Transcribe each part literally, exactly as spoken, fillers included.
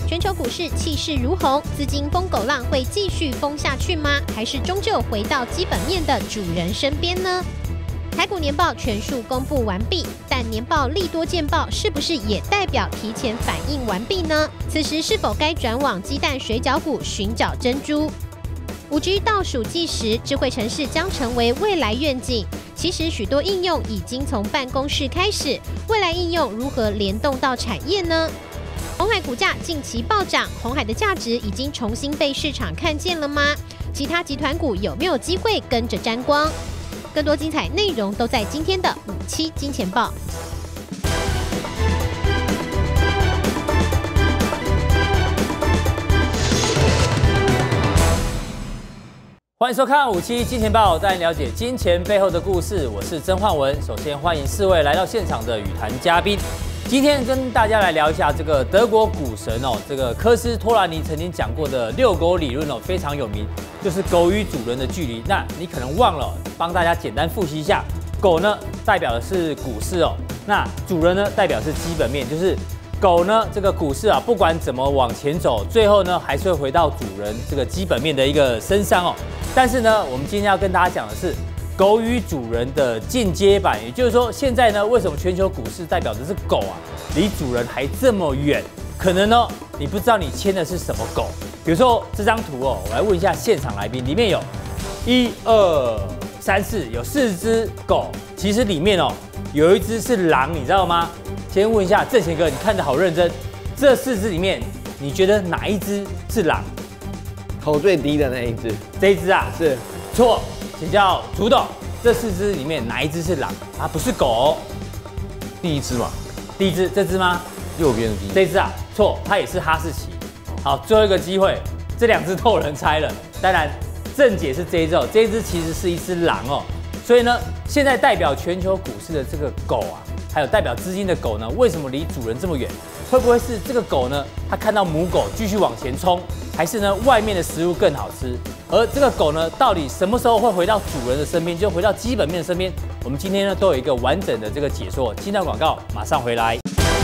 全球股市气势如虹，资金疯狗浪会继续疯下去吗？还是终究回到基本面的主人身边呢？台股年报全数公布完毕，但年报利多见报是不是也代表提前反应完毕呢？此时是否该转往鸡蛋水饺股寻找珍珠？五 G 倒数计时，智慧城市将成为未来愿景。其实许多应用已经从办公室开始，未来应用如何联动到产业呢？鸿海股价近期暴涨，鸿海的价值已经重新被市场看见了吗？其他集团股有没有机会跟着沾光？更多精彩内容都在今天的五七金钱报。 欢迎收看五七金钱报，带您了解金钱背后的故事。我是曾焕文。首先欢迎四位来到现场的语坛嘉宾。今天跟大家来聊一下这个德国股神哦，这个科斯托兰尼曾经讲过的遛狗理论哦，非常有名，就是狗与主人的距离。那你可能忘了，帮大家简单复习一下，狗呢代表的是股市哦，那主人呢代表是基本面，就是狗呢这个股市啊，不管怎么往前走，最后呢还是会回到主人这个基本面的一个身上哦。但是呢，我们今天要跟大家讲的是狗与主人的进阶版，也就是说，现在呢，为什么全球股市代表的是狗啊，离主人还这么远？可能呢，你不知道你牵的是什么狗。比如说这张图哦，我来问一下现场来宾，里面有一二三四，有四只狗，其实里面哦有一只是狼，你知道吗？先问一下正贤哥，你看得好认真，这四只里面，你觉得哪一只是狼？ 头最低的那一只， 这一只啊， 是错，请教主董，这四只里面哪一只是狼？它不是狗哦， 第一只嘛， 第一只这只吗？ 右边的第一只， 这只啊，错，它也是哈士奇。好，最后一个机会，这两只都有人猜了。当然，正解是这一只哦，这一只其实是一只狼哦。所以呢，现在代表全球股市的这个狗啊，还有代表资金的狗呢，为什么离主人这么远？会不会是这个狗呢？它看到母狗继续往前冲，还是呢外面的食物更好吃？而这个狗呢，到底什么时候会回到主人的身边，就回到基本面的身边？我们今天呢都有一个完整的这个解说。今天的广告马上回来。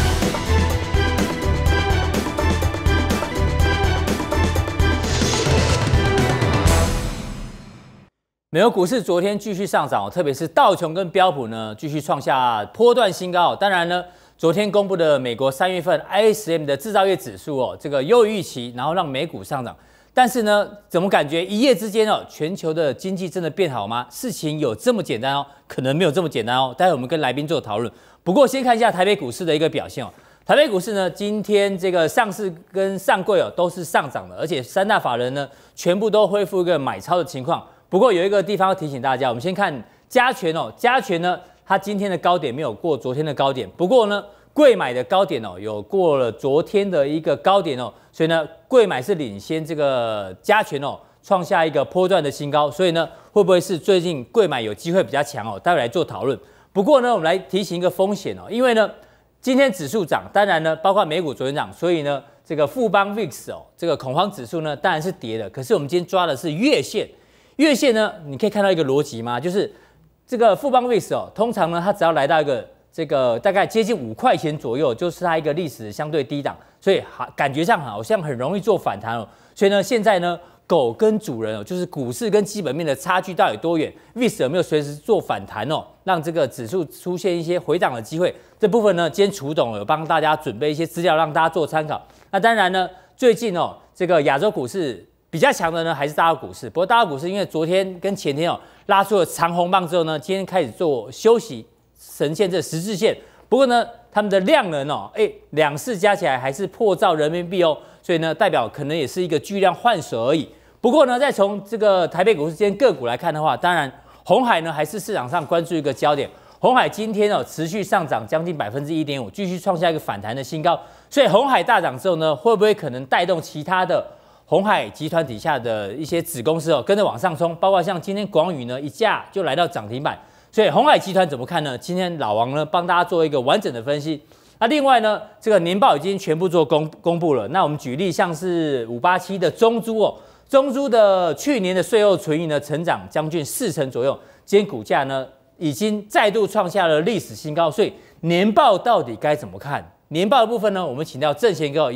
美国股市昨天继续上涨，特别是道琼跟标普呢继续创下波段新高。当然呢。昨天公布的美国三月份 I S M 的制造业指数哦，这个优于预期，然后让美股上涨。但是呢，怎么感觉一夜之间哦，全球的经济真的变好吗？事情有这么简单哦？可能没有这么简单哦。待会我们跟来宾做讨论。不过先看一下台北股市的一个表现哦。台北股市呢，今天这个上市跟上柜哦都是上涨的，而且三大法人呢全部都恢复一个买超的情况。不过有一个地方要提醒大家，我们先看加权哦，加权呢。它今天的高点没有过昨天的高点，不过呢，贵买的高点哦有过了昨天的一个高点哦，所以呢，贵买是领先这个加权哦，创下一个波段的新高，所以呢，会不会是最近贵买有机会比较强哦？待会来做讨论。不过呢，我们来提醒一个风险哦，因为呢，今天指数涨，当然呢，包括美股昨天涨，所以呢，这个富邦 V I X 哦，这个恐慌指数呢当然是跌的，可是我们今天抓的是月线，月线呢，你可以看到一个逻辑吗？就是。这个富邦 V I X 哦，通常呢，它只要来到一个这个大概接近五块钱左右，就是它一个历史相对低档，所以好感觉上好像很容易做反弹哦。所以呢，现在呢，狗跟主人哦，就是股市跟基本面的差距到底多远 ？V I X 有没有随时做反弹哦，让这个指数出现一些回档的机会？这部分呢，今天楚董有帮大家准备一些资料，让大家做参考。那当然呢，最近哦，这个亚洲股市。比较强的呢还是大陆股市，不过大陆股市因为昨天跟前天哦拉出了长红棒之后呢，今天开始做休息，呈现这十字线。不过呢，他们的量能哦，哎，两市加起来还是破兆人民币哦，所以呢，代表可能也是一个巨量换手而已。不过呢，再从这个台北股市今天个股来看的话，当然鸿海呢还是市场上关注一个焦点。鸿海今天哦持续上涨将近百分之一点五，继续创下一个反弹的新高。所以鸿海大涨之后呢，会不会可能带动其他的？鸿海集团底下的一些子公司哦，跟着往上冲，包括像今天广宇呢，一价就来到涨停板。所以鸿海集团怎么看呢？今天老王呢帮大家做一个完整的分析。那另外呢，这个年报已经全部做公公布了。那我们举例像是五八七的中租哦，中租的去年的税后纯益呢，成长将近四成左右，今天股价呢已经再度创下了历史新高。所以年报到底该怎么看？年报的部分呢，我们请到正贤哥一样。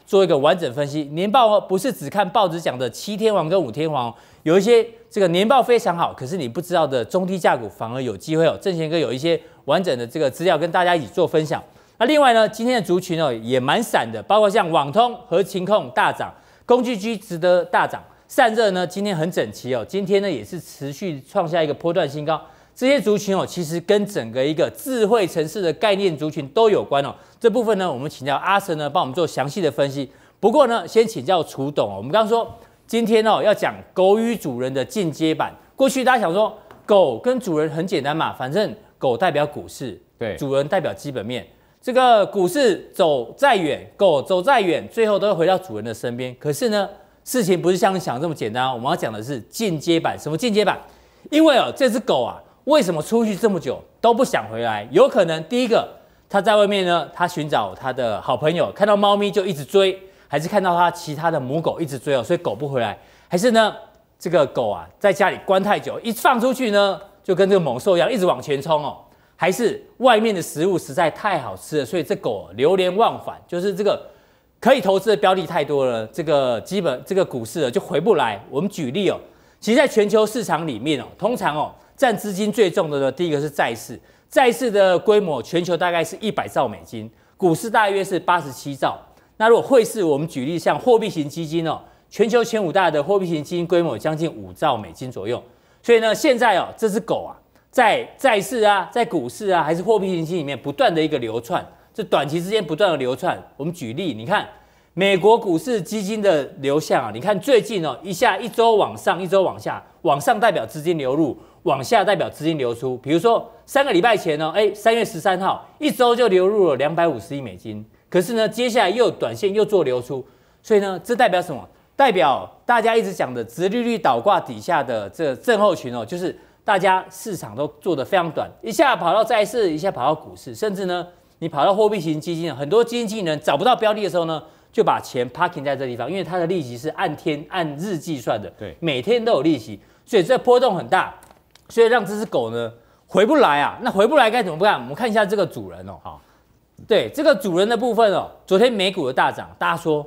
做一个完整分析。年报不是只看报纸讲的七天王跟五天王，有一些这个年报非常好，可是你不知道的中低价股反而有机会哦。正贤哥有一些完整的这个资料跟大家一起做分享。那另外呢，今天的族群哦也蛮散的，包括像网通和勤控大涨，工具机值得大涨，散热呢今天很整齐哦，今天呢也是持续创下一个波段新高。这些族群哦，其实跟整个一个智慧城市的概念族群都有关哦。这部分呢，我们请教阿神呢，帮我们做详细的分析。不过呢，先请教楚董哦。我们刚刚说今天哦要讲狗与主人的进阶版。过去大家想说狗跟主人很简单嘛，反正狗代表股市， 对， 主人代表基本面。这个股市走再远，狗走再远，最后都会回到主人的身边。可是呢，事情不是像你想的这么简单。我们要讲的是进阶版。什么进阶版？因为哦，这只狗啊。为什么出去这么久都不想回来？有可能第一个，他在外面呢，他寻找他的好朋友，看到猫咪就一直追，还是看到他其他的母狗一直追哦，所以狗不回来，还是呢，这个狗啊在家里关太久，一放出去呢，就跟这个猛兽一样，一直往前冲哦，还是外面的食物实在太好吃了，所以这狗流连忘返，就是这个可以投资的标的太多了，这个基本这个股市了就回不来。我们举例哦，其实在全球市场里面哦，通常哦。占资金最重的呢，第一个是债市，债市的规模全球大概是一百兆美金，股市大约是八十七兆。那如果汇市，我们举例像货币型基金哦，全球前五大的货币型基金规模将近五兆美金左右。所以呢，现在哦，这只狗啊，在债市啊，在股市啊，还是货币型基金里面不断的一个流窜，这短期之间不断的流窜。我们举例，你看美国股市基金的流向啊，你看最近哦，一下一周往上，一周往下，往上代表资金流入。往下代表资金流出，比如说三个礼拜前呢，哎，三月十三号一周就流入了两百五十亿美金，可是呢，接下来又短线又做流出，所以呢，这代表什么？代表大家一直讲的殖利率倒挂底下的这症候群哦，就是大家市场都做得非常短，一下跑到债市，一下跑到股市，甚至呢，你跑到货币型基金，很多基金经理人找不到标的的时候呢，就把钱 parking 在这地方，因为它的利息是按天按日计算的，对，每天都有利息，所以这波动很大。所以让这只狗呢回不来啊，那回不来该怎么办？我们看一下这个主人哦，好，对这个主人的部分哦，昨天美股的大涨，大家说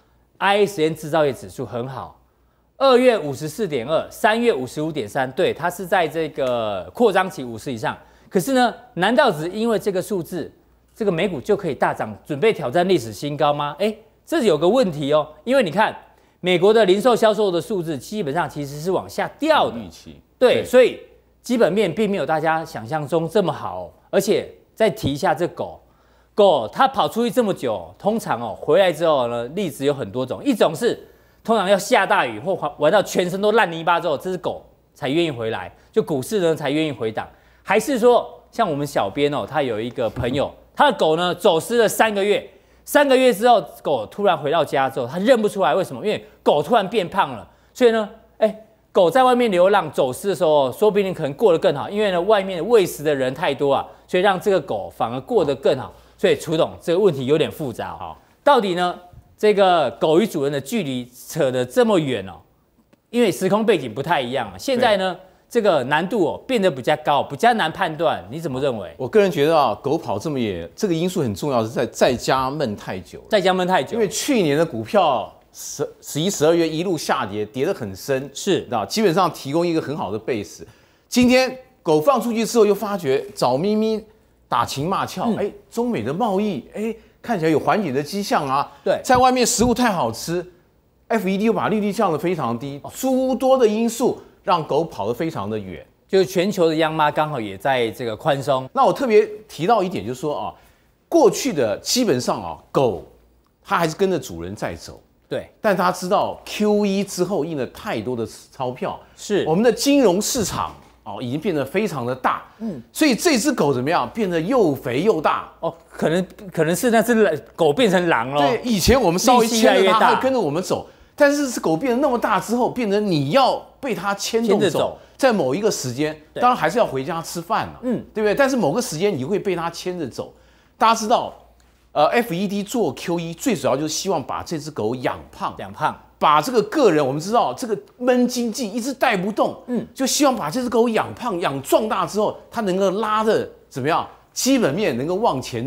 I S M 制造业指数很好，二月五十四点二，三月五十五点三，对，它是在这个扩张期五十以上。可是呢，难道只因为这个数字，这个美股就可以大涨，准备挑战历史新高吗？哎，这有个问题哦，因为你看美国的零售销售的数字基本上其实是往下掉的，预期对，所以。基本面并没有大家想象中这么好、哦，而且再提一下这狗，狗它跑出去这么久，通常哦回来之后呢，例子有很多种，一种是通常要下大雨或玩到全身都烂泥巴之后，这只狗才愿意回来，就股市呢才愿意回档，还是说像我们小编哦，他有一个朋友，他的狗呢走失了三个月，三个月之后狗突然回到家之后，他认不出来，为什么？因为狗突然变胖了，所以呢，哎。狗在外面流浪走失的时候，说不定可能过得更好，因为呢外面喂食的人太多啊，所以让这个狗反而过得更好。所以楚董这个问题有点复杂哦，到底呢这个狗与主人的距离扯得这么远哦，因为时空背景不太一样啊。现在呢这个难度哦变得比较高，比较难判断，你怎么认为？ 我个人觉得啊，狗跑这么远，这个因素很重要，是在在家闷太久， 在家闷太久， 因为去年的股票。十十一、十二月一路下跌，跌得很深， 是啊，基本上提供一个很好的 base。今天狗放出去之后，又发觉找咪咪打情骂俏，哎、嗯，中美的贸易，哎，看起来有缓解的迹象啊。 对， 在外面食物太好吃 ，F E D 又把利率降得非常低，诸多的因素让狗跑得非常的远。 就是全球的央妈刚好也在这个宽松。 那我特别提到一点，就是说啊，过去的基本上啊，狗它还是跟着主人在走。 对， 但他知道 Q E 之后印了太多的钞票， 是我们的金融市场哦，已经变得非常的大，嗯，所以这只狗怎么样，变得又肥又大哦，可能可能是那只狗变成狼了。 对，以前我们稍微牵着它，它会跟着我们走，但是这狗变得那么大之后，变成你要被它牵动走，走在某一个时间，当然还是要回家吃饭了，嗯，对不对？但是某个时间你会被它牵着走，大家知道。呃 ，F E D 做 Q E 最主要就是希望把这只狗养胖， 养胖， 把这个个人我们知道这个闷经济一直带不动，嗯，就希望把这只狗养胖、养壮大之后，它能够拉的怎么样？基本面能够往前走，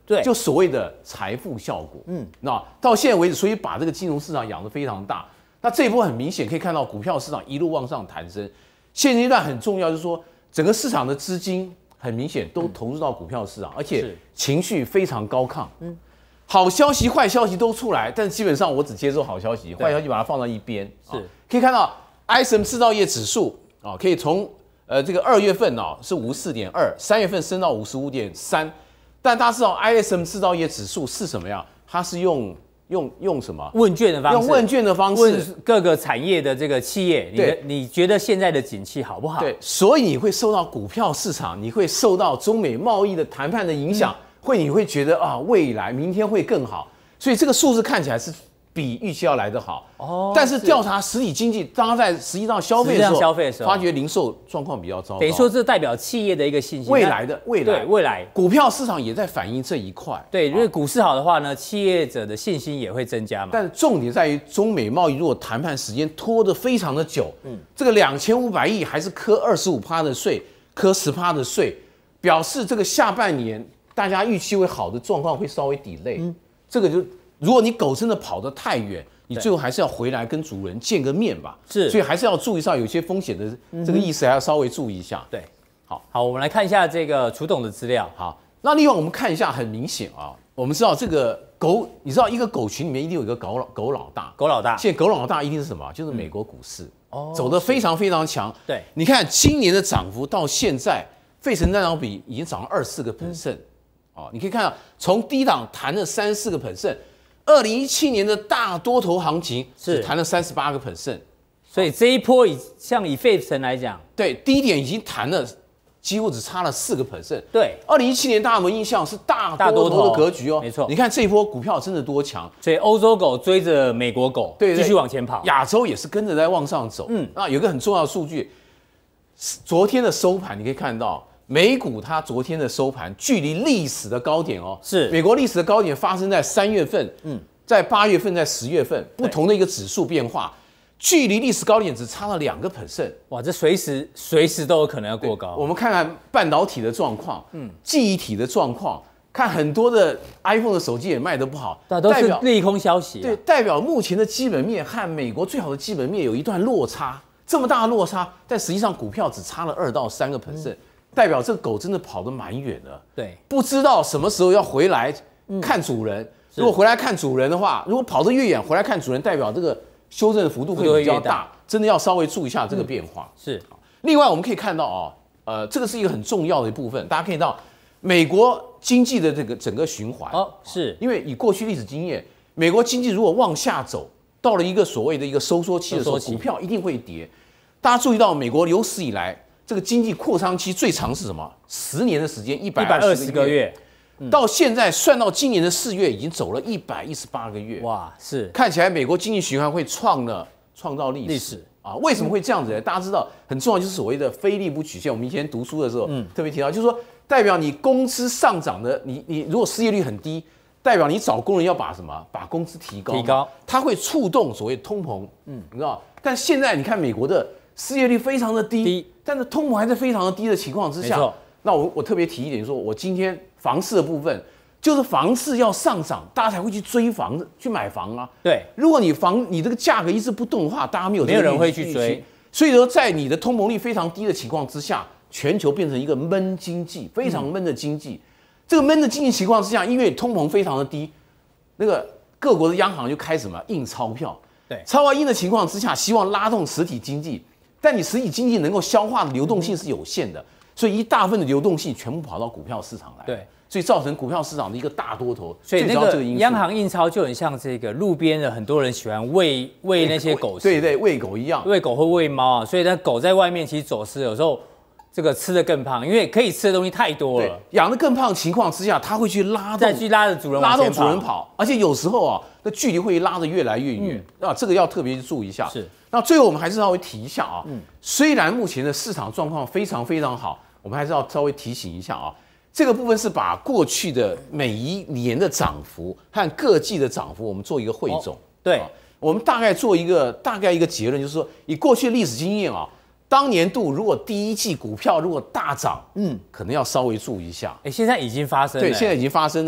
对， 就所谓的财富效果。嗯，那到现在为止，所以把这个金融市场养得非常大。那这一波很明显可以看到，股票市场一路往上弹升。现阶段很重要，就是说整个市场的资金很明显都投入到股票市场，而且情绪非常高亢。嗯，好消息、坏消息都出来，但基本上我只接受好消息，坏消息把它放到一边。是，可以看到 I S M 制造业指数啊，可以从呃这个二月份啊是五十四点二，三月份升到五十五点三。但大家知道 I S M 制造业指数是什么样？它是用用用什么问卷的方式？ 用问卷的方式问各个产业的这个企业，你的你觉得现在的景气好不好？ 对，所以你会受到股票市场，你会受到中美贸易的谈判的影响，嗯、会你会觉得啊，未来明天会更好。所以这个数字看起来是比预期要来得好。哦，但是调查实体经济，当它在实际上消费的时候， 消费的时候， 发觉零售状况比较糟糕。 等于说，这代表企业的一个信心。 未来的未来， 对未来， 股票市场也在反映这一块。 对，因为股市好的话呢，企业者的信心也会增加嘛。 但重点在于，中美贸易如果谈判时间拖得非常的久，嗯，这个两千五百亿还是科二十五趴的税，科十趴的税，表示这个下半年大家预期会好的状况会稍微 delay。嗯，这个就如果你狗真的跑得太远。你最后还是要回来跟主人见个面吧， 是， 所以还是要注意到有些风险的这个意思，还要稍微注意一下。 对，好，好，我们来看一下这个楚董的资料。 好，那另外我们看一下，很明显啊，我们知道这个狗，你知道一个狗群里面一定有一个狗老狗老大， 狗老大。 现在狗老大一定是什么？就是美国股市，哦，走得非常非常强。 对， 你看今年的涨幅到现在，费城半导体已经涨了二十四个 percent， 哦，你可以看到从低档弹了三十四个 percent。二零一七年的大多头行情是谈了三十八个 percent， 所以这一波以像以费城来讲， 对低点已经谈了，几乎只差了四个 percent。 对， 二零一七年大家有没有印象是大多头的格局哦？ 没错， 你看这一波股票真的多强， 所以欧洲狗追着美国狗，对，继续往前跑， 亚洲也是跟着在往上走。嗯，那有一个很重要的数据，昨天的收盘你可以看到。美股它昨天的收盘距离历史的高点哦， 是美国历史的高点发生在三月份，嗯，在八月份，在十月份，不同的一个指数变化，距离历史高点只差了两个 percent， 哇，这随时随时都有可能要过高。 我们看看半导体的状况，嗯，记忆体的状况，看很多的 iPhone 的手机也卖得不好， 那都是利空消息、啊， 对，代表目前的基本面和美国最好的基本面有一段落差，这么大的落差，但实际上股票只差了二到三个 percent。嗯，代表这个狗真的跑得蛮远的， 对， 不知道什么时候要回来看主人。嗯、如果回来看主人的话，如果跑得越远，回来看主人，代表这个修正的幅度会比较大，真的要稍微注意一下这个变化。 嗯、是。 另外，我们可以看到啊，呃，这个是一个很重要的一部分，大家可以看到美国经济的这个整个循环哦，是因为以过去历史经验，美国经济如果往下走，到了一个所谓的一个收缩期的时候，股票一定会跌。大家注意到，美国有史以来。这个经济扩张期最长是什么？十年的时间，一百二十个月，嗯、到现在算到今年的四月，已经走了一百一十八个月。 哇，是看起来美国经济循环会创了创造历史。历史啊，为什么会这样子呢？大家知道，很重要就是所谓的非利不曲线。我们以前读书的时候，嗯，特别提到，就是说代表你工资上涨的，你你如果失业率很低，代表你找工人要把什么？把工资提高， 提高， 它会触动所谓通膨。嗯，你知道？但现在你看美国的。失业率非常的低，低但是通膨还在非常的低的情况之下，那我我特别提一点说，我今天房市的部分，就是房市要上涨，大家才会去追房子、去买房啊。 对， 如果你房你这个价格一直不动的话，大家没有没有人会去追。 所以说，在你的通膨率非常低的情况之下，全球变成一个闷经济，非常闷的经济。嗯、这个闷的经济情况之下，因为通膨非常的低，那个各国的央行就开始什么印钞票。 对， 超外印的情况之下，希望拉动实体经济。但你实体经济能够消化的流动性是有限的，所以一大部分的流动性全部跑到股票市场来， 对， 所以造成股票市场的一个大多头。 所以那个央行印钞就很像这个路边的很多人喜欢喂喂那些狗食， 对对，喂狗一样， 喂狗或喂猫啊。所以那狗在外面其实走失，有时候这个吃的更胖，因为可以吃的东西太多了。 养的更胖的情况之下，它会去拉动， 再去拉着主人拉动主人跑，而且有时候啊，那距离会拉得越来越远，嗯、啊，这个要特别注意一下。 是。 那最后我们还是稍微提一下啊，嗯，虽然目前的市场状况非常非常好，我们还是要稍微提醒一下啊，这个部分是把过去的每一年的涨幅和各季的涨幅，我们做一个汇总。哦、 对、 啊，我们大概做一个大概一个结论，就是说，以过去的历史经验啊，当年度如果第一季股票如果大涨，嗯，可能要稍微注意一下。 哎，现在已经发生了。 对，现在已经发生了。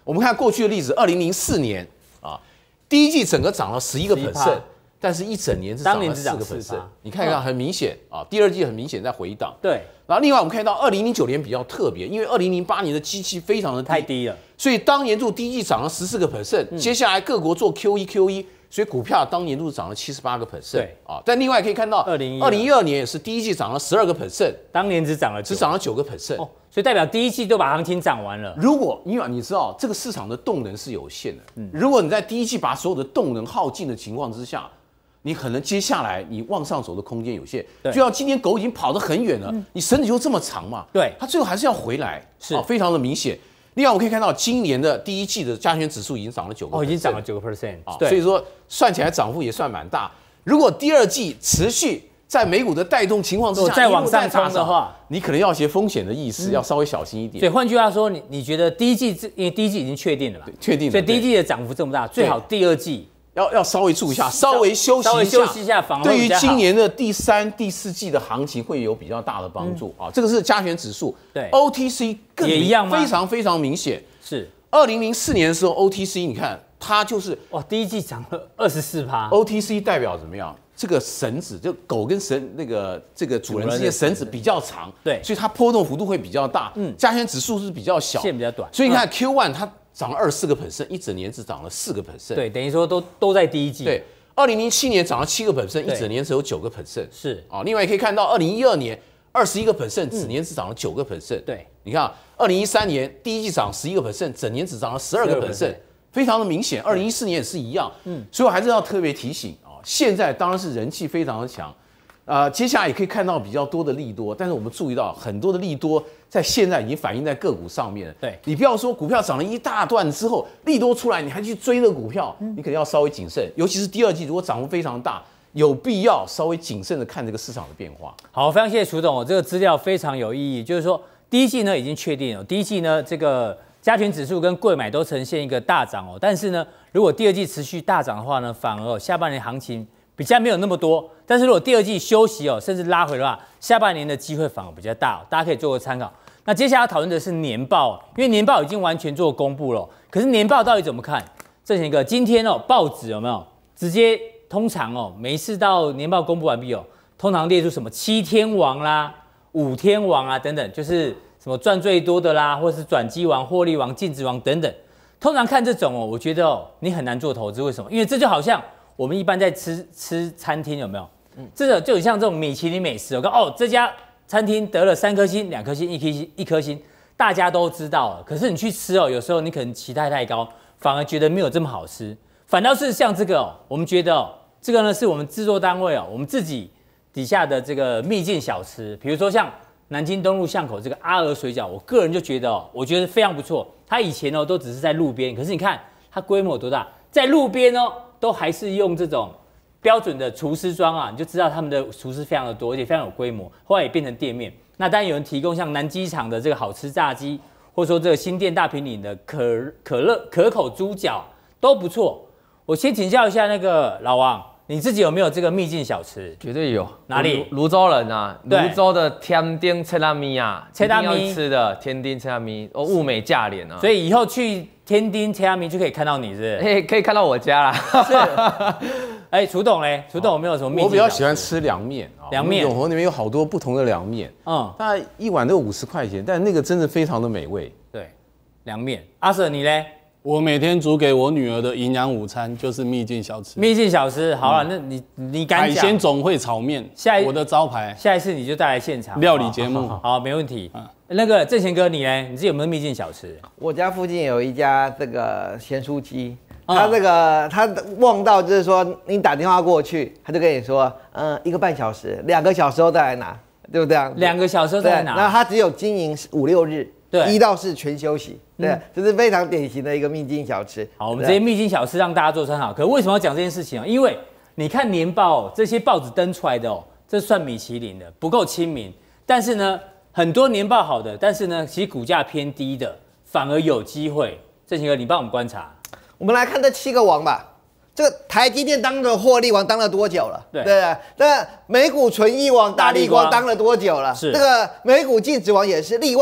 我们看过去的例子，二零零四年啊，第一季整个涨了十一个 percent。但是，一整年是涨了四个 percent， 你看一看，很明显啊。第二季很明显在回档。 对。 然后，另外我们看到二零零九年比较特别，因为二零零八年的基期非常的低， 太低了， 所以当年度第一季涨了十四个 percent， 接下来各国做 Q 一 Q 一，所以股票当年度涨了七十八个 percent。对啊。但另外可以看到，二零二零一二年也是第一季涨了十二个 percent， 当年只涨了只涨了九个 percent。哦， 所以代表第一季都把行情涨完了。 如果因为你知道这个市场的动能是有限的，嗯，如果你在第一季把所有的动能耗尽的情况之下，你可能接下来你往上走的空间有限，就像今天狗已经跑得很远了，嗯、你绳子就这么长嘛， 对， 它最后还是要回来， 是、 啊、非常的明显。另外，我可以看到今年的第一季的加权指数已经涨了九个， 哦，已经涨了九个 percent 啊，所以说算起来涨幅也算蛮大。如果第二季持续在美股的带动情况之下再往上冲的话， 你可能要一些风险的意识，嗯、要稍微小心一点。 所以换句话说，你你觉得第一季，因为第一季已经确定了嘛， 确定了， 所以第一季的涨幅这么大，最好第二季。 要要稍微注意一下，稍微休息一下， 稍微休息一下，反而对于今年的第三、第四季的行情会有比较大的帮助、嗯、啊。这个是加权指数， 对 ，O T C 更也一样吗？ 非常非常明显。 是二零零四年的时候 ，O T C 你看它就是哇，第一季涨了二十四趴。 O T C 代表怎么样？这个绳子就狗跟绳那个这个主人之间的绳子比较长， 对， 所以它波动幅度会比较大。嗯，加权指数是比较小， 线比较短， 所以你看 Q 一 它。涨了二十四个 percent， 一整年只涨了四个 percent， 对，等于说都都在第一季。 对，二零零七年涨了七个 percent， 一整年只有九个 percent， 是啊。另外也可以看到，二零一二年二十一个 percent， 整年只涨了九个 percent。 对， 你看，二零一三年第一季涨十一个 percent， 整年只涨了十二个 percent， 非常的明显。二零一四年也是一样，嗯，所以我还是要特别提醒啊，现在当然是人气非常的强。呃，接下来也可以看到比较多的利多，但是我们注意到很多的利多在现在已经反映在个股上面了。 对， 你不要说股票涨了一大段之后，利多出来你还去追那个股票，你肯定要稍微谨慎，尤其是第二季如果涨幅非常大，有必要稍微谨慎的看这个市场的变化。 好，非常谢谢楚总，这个资料非常有意义，就是说第一季呢已经确定了，第一季呢这个加权指数跟柜买都呈现一个大涨哦，但是呢如果第二季持续大涨的话呢，反而下半年行情比较没有那么多，但是如果第二季休息哦，甚至拉回的话，下半年的机会反而比较大、哦，大家可以做个参考。那接下来讨论的是年报，因为年报已经完全做公布了，可是年报到底怎么看？正贤哥，今天哦，报纸有没有直接通常哦，每一次到年报公布完毕哦，通常列出什么七天王啦、五天王啊等等，就是什么赚最多的啦，或是转机王、获利王、净值王等等。通常看这种哦，我觉得哦，你很难做投资，为什么？因为这就好像我们一般在吃吃餐厅有没有？嗯，这个就很像这种米其林美食。我看哦，这家餐厅得了三颗星、两颗星、一颗星、一颗星，大家都知道了。可是你去吃哦，有时候你可能期待太高，反而觉得没有这么好吃。反倒是像这个哦，我们觉得哦，这个呢是我们制作单位哦，我们自己底下的这个秘境小吃，比如说像南京东路巷口这个阿娥水饺，我个人就觉得哦，我觉得非常不错。它以前哦都只是在路边，可是你看它规模有多大，在路边哦。都还是用这种标准的厨师装啊，你就知道他们的厨师非常的多，而且非常有规模。后来也变成店面。那当然有人提供像南机场的这个好吃炸鸡，或者说这个新店大平岭的可可乐可口猪脚都不错。我先请教一下那个老王，你自己有没有这个秘境小吃？ 绝对有。 哪里？ 泸州人啊，泸州的天丁切拉米啊， 切拉米吃的天丁切拉米，哦，物美价廉啊。 所以以后去天丁切拉米就可以看到你，是不是？ 哎，可以看到我家啦。 是。哎，楚董嘞，楚董有没有什么秘境？ 我比较喜欢吃凉面啊， 凉面。 永和那边有好多不同的凉面，嗯，大概一碗都五十块钱，但那个真的非常的美味。 对，凉面。阿 Sir 你嘞？ 我每天煮给我女儿的营养午餐就是秘境小吃。 秘境小吃，好了，嗯、那你你敢讲？ 海鲜总会炒面，下一我的招牌。 下一次你就带来现场料理节目， 好, 好, 好，没问题。嗯、那个正贤哥，你呢？你自己有没有秘境小吃？ 我家附近有一家这个咸酥鸡，他这个他旺到就是说，你打电话过去，他就跟你说，嗯，一个半小时、两个小时后再来拿，对不对？ 两个小时后再来拿。 那他只有经营五六日。对，一到四全休息，对，嗯、这是非常典型的一个秘境小吃。 好，我们这些秘境小吃让大家做参考。可为什么要讲这件事情啊？因为你看年报这些报纸登出来的哦，这算米其林的，不够亲民。但是呢，很多年报好的，但是呢，其实股价偏低的，反而有机会。正贤哥，你帮我们观察。 我们来看这七个王吧。这个台积电当的获利王当了多久了？对对对，那美股纯益王大立光当了多久了？是这个美股净值王也是力旺。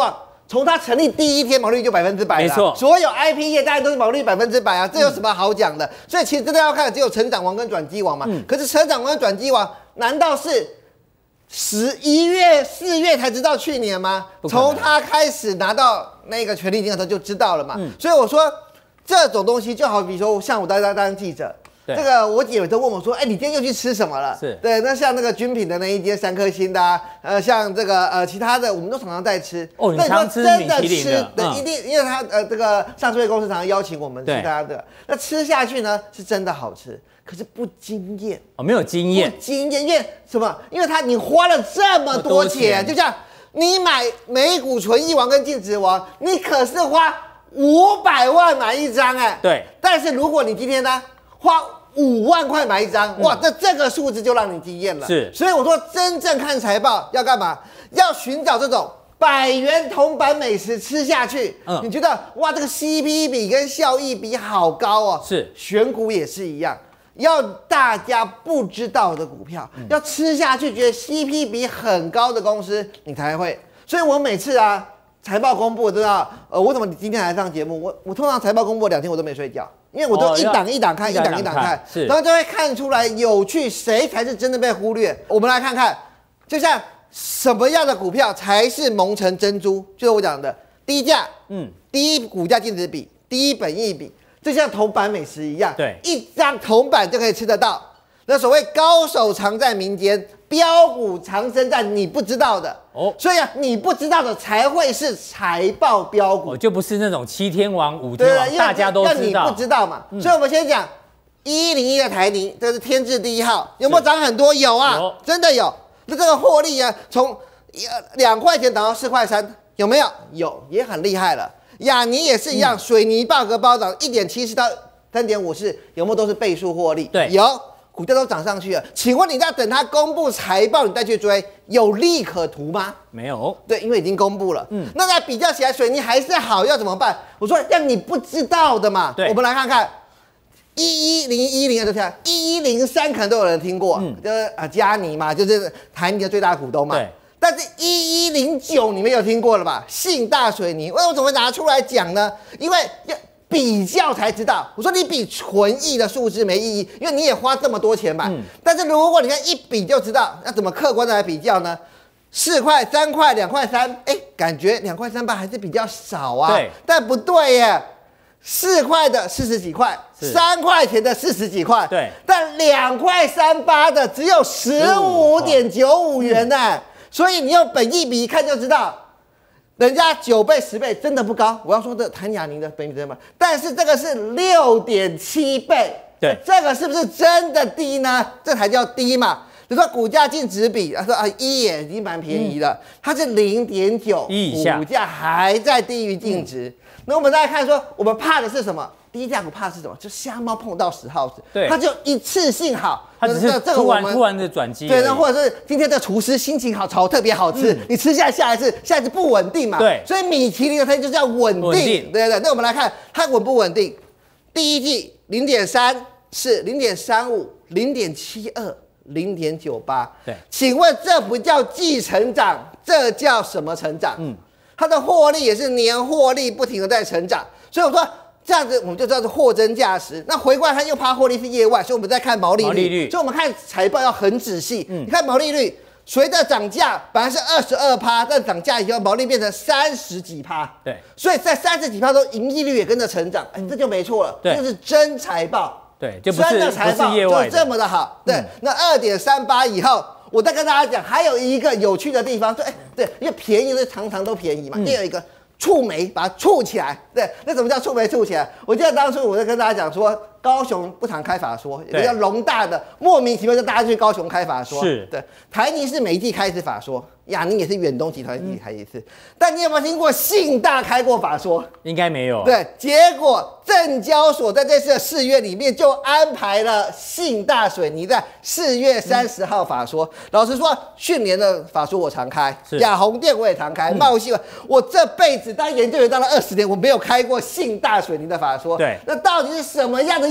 从它成立第一天毛利率就百分之百了， 没错， 所有 I P 业大家都是毛利率百分之百啊，这有什么好讲的？嗯、所以其实真的要看只有成长王跟转机王嘛。嗯、可是成长王跟转机王难道是十一月、四月才知道去年吗？从他开始拿到那个权利金的时候就知道了嘛。嗯、所以我说这种东西就好比说像我当当记者。这个我姐都问我说：“哎、欸，你今天又去吃什么了？”是对，那像那个军品的那一间三颗星的、啊，呃，像这个呃其他的，我们都常常在吃。 哦，你常吃米其林的， 对，一定，因为他呃这个上市公司常常邀请我们吃他的，那吃下去呢是真的好吃，可是不惊艳哦，没有惊艳， 不惊艳，因为什么？因为他你花了这么多钱，就像你买美股纯益王跟净值王，你可是花五百万买一张哎， 对， 但是如果你今天呢花五万块买一张，哇，这这个数字就让你惊艳了。是，所以我说真正看财报要干嘛？要寻找这种百元铜板美食吃下去，嗯，你觉得哇，这个 C P 比跟效益比好高哦。是，选股也是一样，要大家不知道的股票，嗯、要吃下去觉得 C P 比很高的公司，你才会。所以我每次啊。财报公布，我知道，呃，我怎么今天来上节目？我我通常财报公布两天我都没睡觉，因为我都一档一档看，一档一档看，然后就会看出来有趣，谁才是真的被忽略。我们来看看，就像什么样的股票才是蒙尘珍珠，就是我讲的低价，嗯，低股价净值比，低本益比，就像铜板美食一样，对，一张铜板就可以吃得到。那所谓高手藏在民间，标股藏身在你不知道的哦，所以啊，你不知道的才会是财报标股， 哦，就不是那种七天王、五天王，大家都知道， 你不知道嘛。嗯、所以我们先讲一一零一的台泥，这是天字第一号，有没有涨很多？有啊，有真的有。那这个获利啊，从两块钱涨到四块三，有没有？有，也很厉害了。亚泥也是一样，嗯、水泥爆个包涨一点七四到三点五四，有没有都是倍数获利？对，有。股价都涨上去了，请问你要等它公布财报，你再去追，有利可图吗？ 没有， 对，因为已经公布了。嗯，那再比较起来，水泥还是好，要怎么办？我说让你不知道的嘛。对，我们来看看一一零一零的这一一零三可能都有人听过，嗯，就是啊嘉泥嘛，就是台泥的最大股东嘛。对，但是一一零九你们有听过了吧？信大水泥，为什么怎么拿出来讲呢？因为要比较才知道，我说你比纯益的数字没意义，因为你也花这么多钱买。嗯、但是如果你看一比就知道，那怎么客观的来比较呢？四块、三块、两块三，哎，感觉两块三八还是比较少啊。对，但不对耶，四块的四十几块，三块钱的四十几块，对，但两块三八的只有十五点九五元呢、嗯。所以你用本益比一看就知道。人家九倍十倍真的不高，我要说这谭雅宁的本益比真的，但是这个是六点七倍，对，这个是不是真的低呢？这才叫低嘛。比如说股价净值比，他说啊一也已经蛮便宜了，嗯、它是零点九，股价还在低于净值。嗯、那我们再来看说，我们怕的是什么？低价股怕的是什么？就瞎猫碰到死耗子，对，它就一次性好， 它只是突然突然的转机， 对，那或者是今天的厨师心情好，炒特别好吃，嗯、你吃下下一次，下一次不稳定嘛，对，所以米其林的它就是要稳定，对对对。那我们来看它稳不稳定？第一季零点三四、零点三五、零点七二、零点九八，对，请问这不叫季成长，这叫什么成长？嗯，它的获利也是年获利不停的在成长，所以我说。这样子我们就知道是货真价实。那回过来看，又怕获利是业外，所以我们在看毛利率。毛利率，所以我们看财报要很仔细。嗯，你看毛利率，随着涨价本来是二十二趴，但涨价以后毛利变成三十几趴。对，所以在三十几趴中，盈利率也跟着成长，哎，这就没错了。对，这是真财报。 对，就不是真的财报就这么的好。对，嗯、那二点三八以后，我再跟大家讲，还有一个有趣的地方，对，哎，对，因为便宜的常常都便宜嘛。第、嗯、二一个。触媒把它触起来，对，那什么叫触媒触起来？我记得当初我在跟大家讲说，高雄不常开法说，有个叫龙大的，莫名其妙就大家去高雄开法说，是对，台泥是每一季开一次法说，亚宁也是远东集团一季开一次，嗯、但你有没有听过信大开过法说？ 应该没有。 对，结果证交所在这次的四月里面就安排了信大水泥在四月三十号法说。嗯、老实说，去年的法说我常开，亚宏电我也常开，茂信、嗯、我这辈子当研究员当了二十年，我没有开过信大水泥的法说。对，那到底是什么样的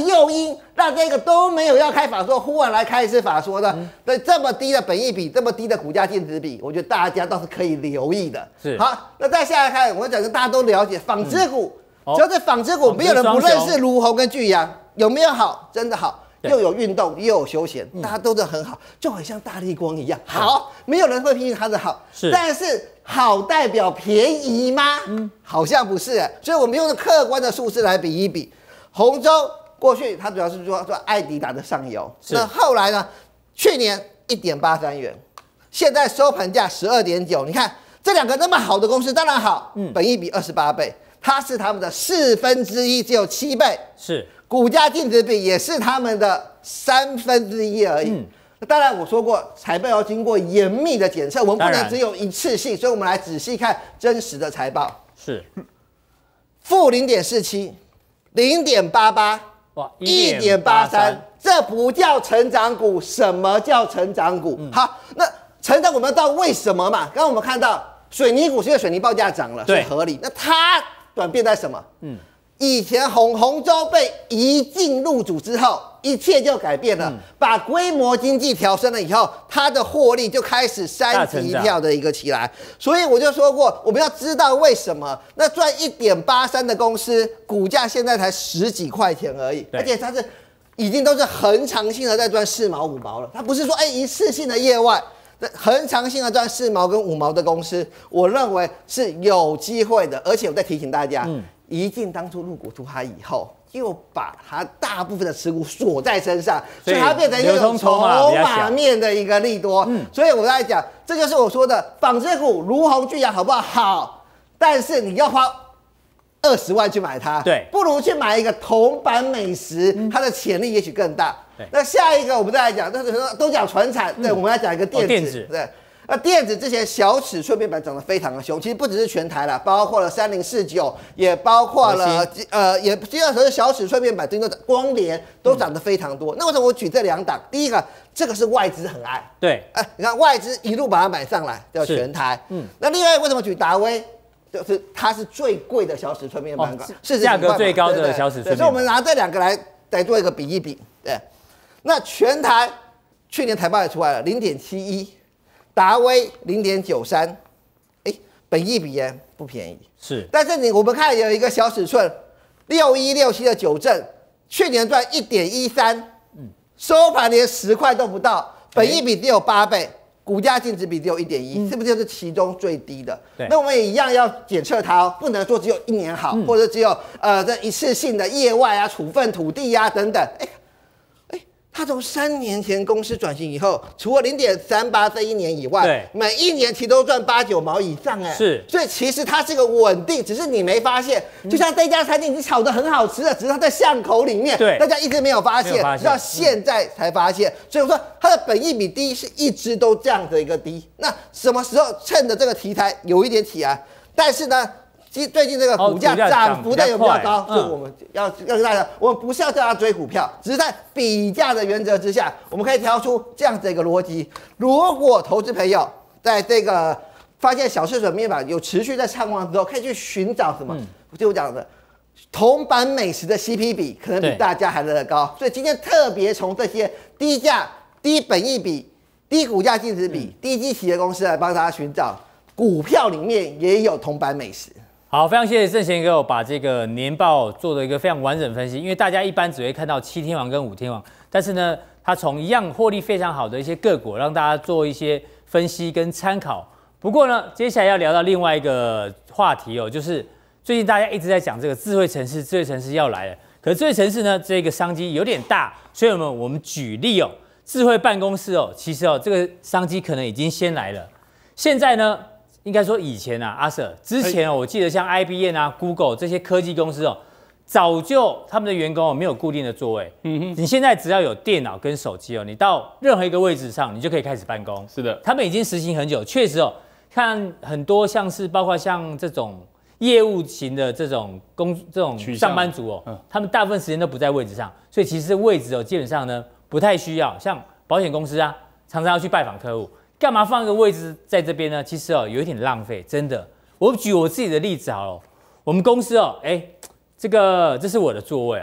诱因，让这个都没有要开法说，忽然来开一次法说的，嗯、对这么低的本益比，这么低的股价净值比，我觉得大家倒是可以留意的。 是好，那再下来看，我讲的大家都了解，纺织股，只要是纺织股，没有人不认识如虹跟巨阳，有没有好？真的好。又有运动，又有休闲，大家都是很好，就很像大立光一样好，没有人会批评它的好， 是， 但是好代表便宜吗？嗯，好像不是，所以我们用客观的数字来比一比。红州过去它主要是说说艾迪达的上游，那后来呢？去年一点八三元，现在收盘价十二点九，你看这两个那么好的公司，当然好，嗯，本益比二十八倍，它是他们的四分之一，只有七倍， 是。 股价净值比也是他们的三分之一而已。嗯，当然我说过，财报要经过严密的检测，我们不能只有一次性，所以我们来仔细看真实的财报。 是， 负零点四七，零点八八，哇，一点八三，这不叫成长股，什么叫成长股？嗯、好，那成长股我们要知道为什么嘛？刚刚我们看到水泥股是因为水泥报价涨了，所以合理。那它转变在什么？嗯。以前红红州被一进入主之后，一切就改变了。嗯、把规模经济调升了以后，它的获利就开始三级跳的一个起来。所以我就说过，我们要知道为什么那赚一点八三的公司，股价现在才十几块钱而已，而且它是已经都是恒长性的在赚四毛五毛了。它不是说哎、欸、一次性的业外。恒长性的赚四毛跟五毛的公司，我认为是有机会的。而且我再提醒大家。嗯宜靖当初入股出它以后，又把它大部分的持股锁在身上，所以它变成一种筹码面的一个利多。嗯，所以我在讲，这就是我说的纺织股如虹巨阳好不好？好，但是你要花二十万去买它， 对， 不如去买一个铜板美食，嗯、它的潜力也许更大。那下一个我们再来讲，就是都讲传产，对，嗯、我们来讲一个电子，哦、电子对。那电子之前小尺寸面板涨得非常的凶，其实不只是全台啦，包括了三零四九，也包括了呃，也第二是小尺寸面板，真的光联都涨得非常多。嗯、那为什么我举这两档？第一个，这个是外资很爱， 对， 哎、呃，你看外资一路把它买上来，叫全台。嗯，那另外为什么举达威？就是它是最贵的小尺寸面板，哦、 是价格最高的小尺寸面板。 所以我们拿这两个来来做一个比一比。对，那全台去年财报也出来了，零点七一。达威零点九三，哎，本益比也不便宜， 是。 但是你我们看有一个小尺寸，六一六七的九正，去年赚一点一三，嗯，收盘连十块都不到，本益比只有八倍，股价净值比只有一点一，是不是就是其中最低的？对。那我们也一样要检测它哦，不能说只有一年好，嗯、或者只有呃这一次性的业外啊、处分土地啊等等，哎。他从三年前公司转型以后，除了零点三八这一年以外，每一年其实都赚八九毛以上哎， 是， 所以其实它是个稳定，只是你没发现。就像这家餐厅已经炒得很好吃了，只是它在巷口里面， 对， 大家一直没有发现，直到现在才发现。嗯、所以我说它的本益比低是一直都这样的一个低。那什么时候趁着这个题材有一点起来？但是呢？最近这个股价涨幅的有比较高，所以我们要要跟大家，我们不是要叫他追股票，只是在比价的原则之下，我们可以挑出这样子一个逻辑。如果投资朋友在这个发现小尺寸面板有持续在畅旺之后，可以去寻找什么？嗯、就我讲的铜板美食的 C P 比可能比大家还来得高，所以今天特别从这些低价、低本益比、低股价净值比、嗯、低基期的公司来帮大家寻找股票里面也有铜板美食。 好，非常谢谢正贤哥把这个年报做了一个非常完整分析，因为大家一般只会看到七天王跟五天王，但是呢，他从一样获利非常好的一些个股，让大家做一些分析跟参考。不过呢，接下来要聊到另外一个话题哦，就是最近大家一直在讲这个智慧城市，智慧城市要来了。可是智慧城市呢，这个商机有点大，所以我们我们举例哦，智慧办公室哦，其实哦，这个商机可能已经先来了。现在呢？应该说以前啊，阿 Sir 之前哦，我记得像 I B M 啊、Google 这些科技公司哦，早就他们的员工哦没有固定的座位。嗯哼，你现在只要有电脑跟手机哦，你到任何一个位置上，你就可以开始办公。 是的， 他们已经实行很久，确实哦，看很多像是包括像这种业务型的这种工这种上班族哦，嗯、他们大部分时间都不在位置上，所以其实位置哦基本上呢不太需要。像保险公司啊，常常要去拜访客户。干嘛放一个位置在这边呢？其实哦，有一点浪费，真的。我举我自己的例子好了，我们公司哦，哎，这个这是我的座位啊，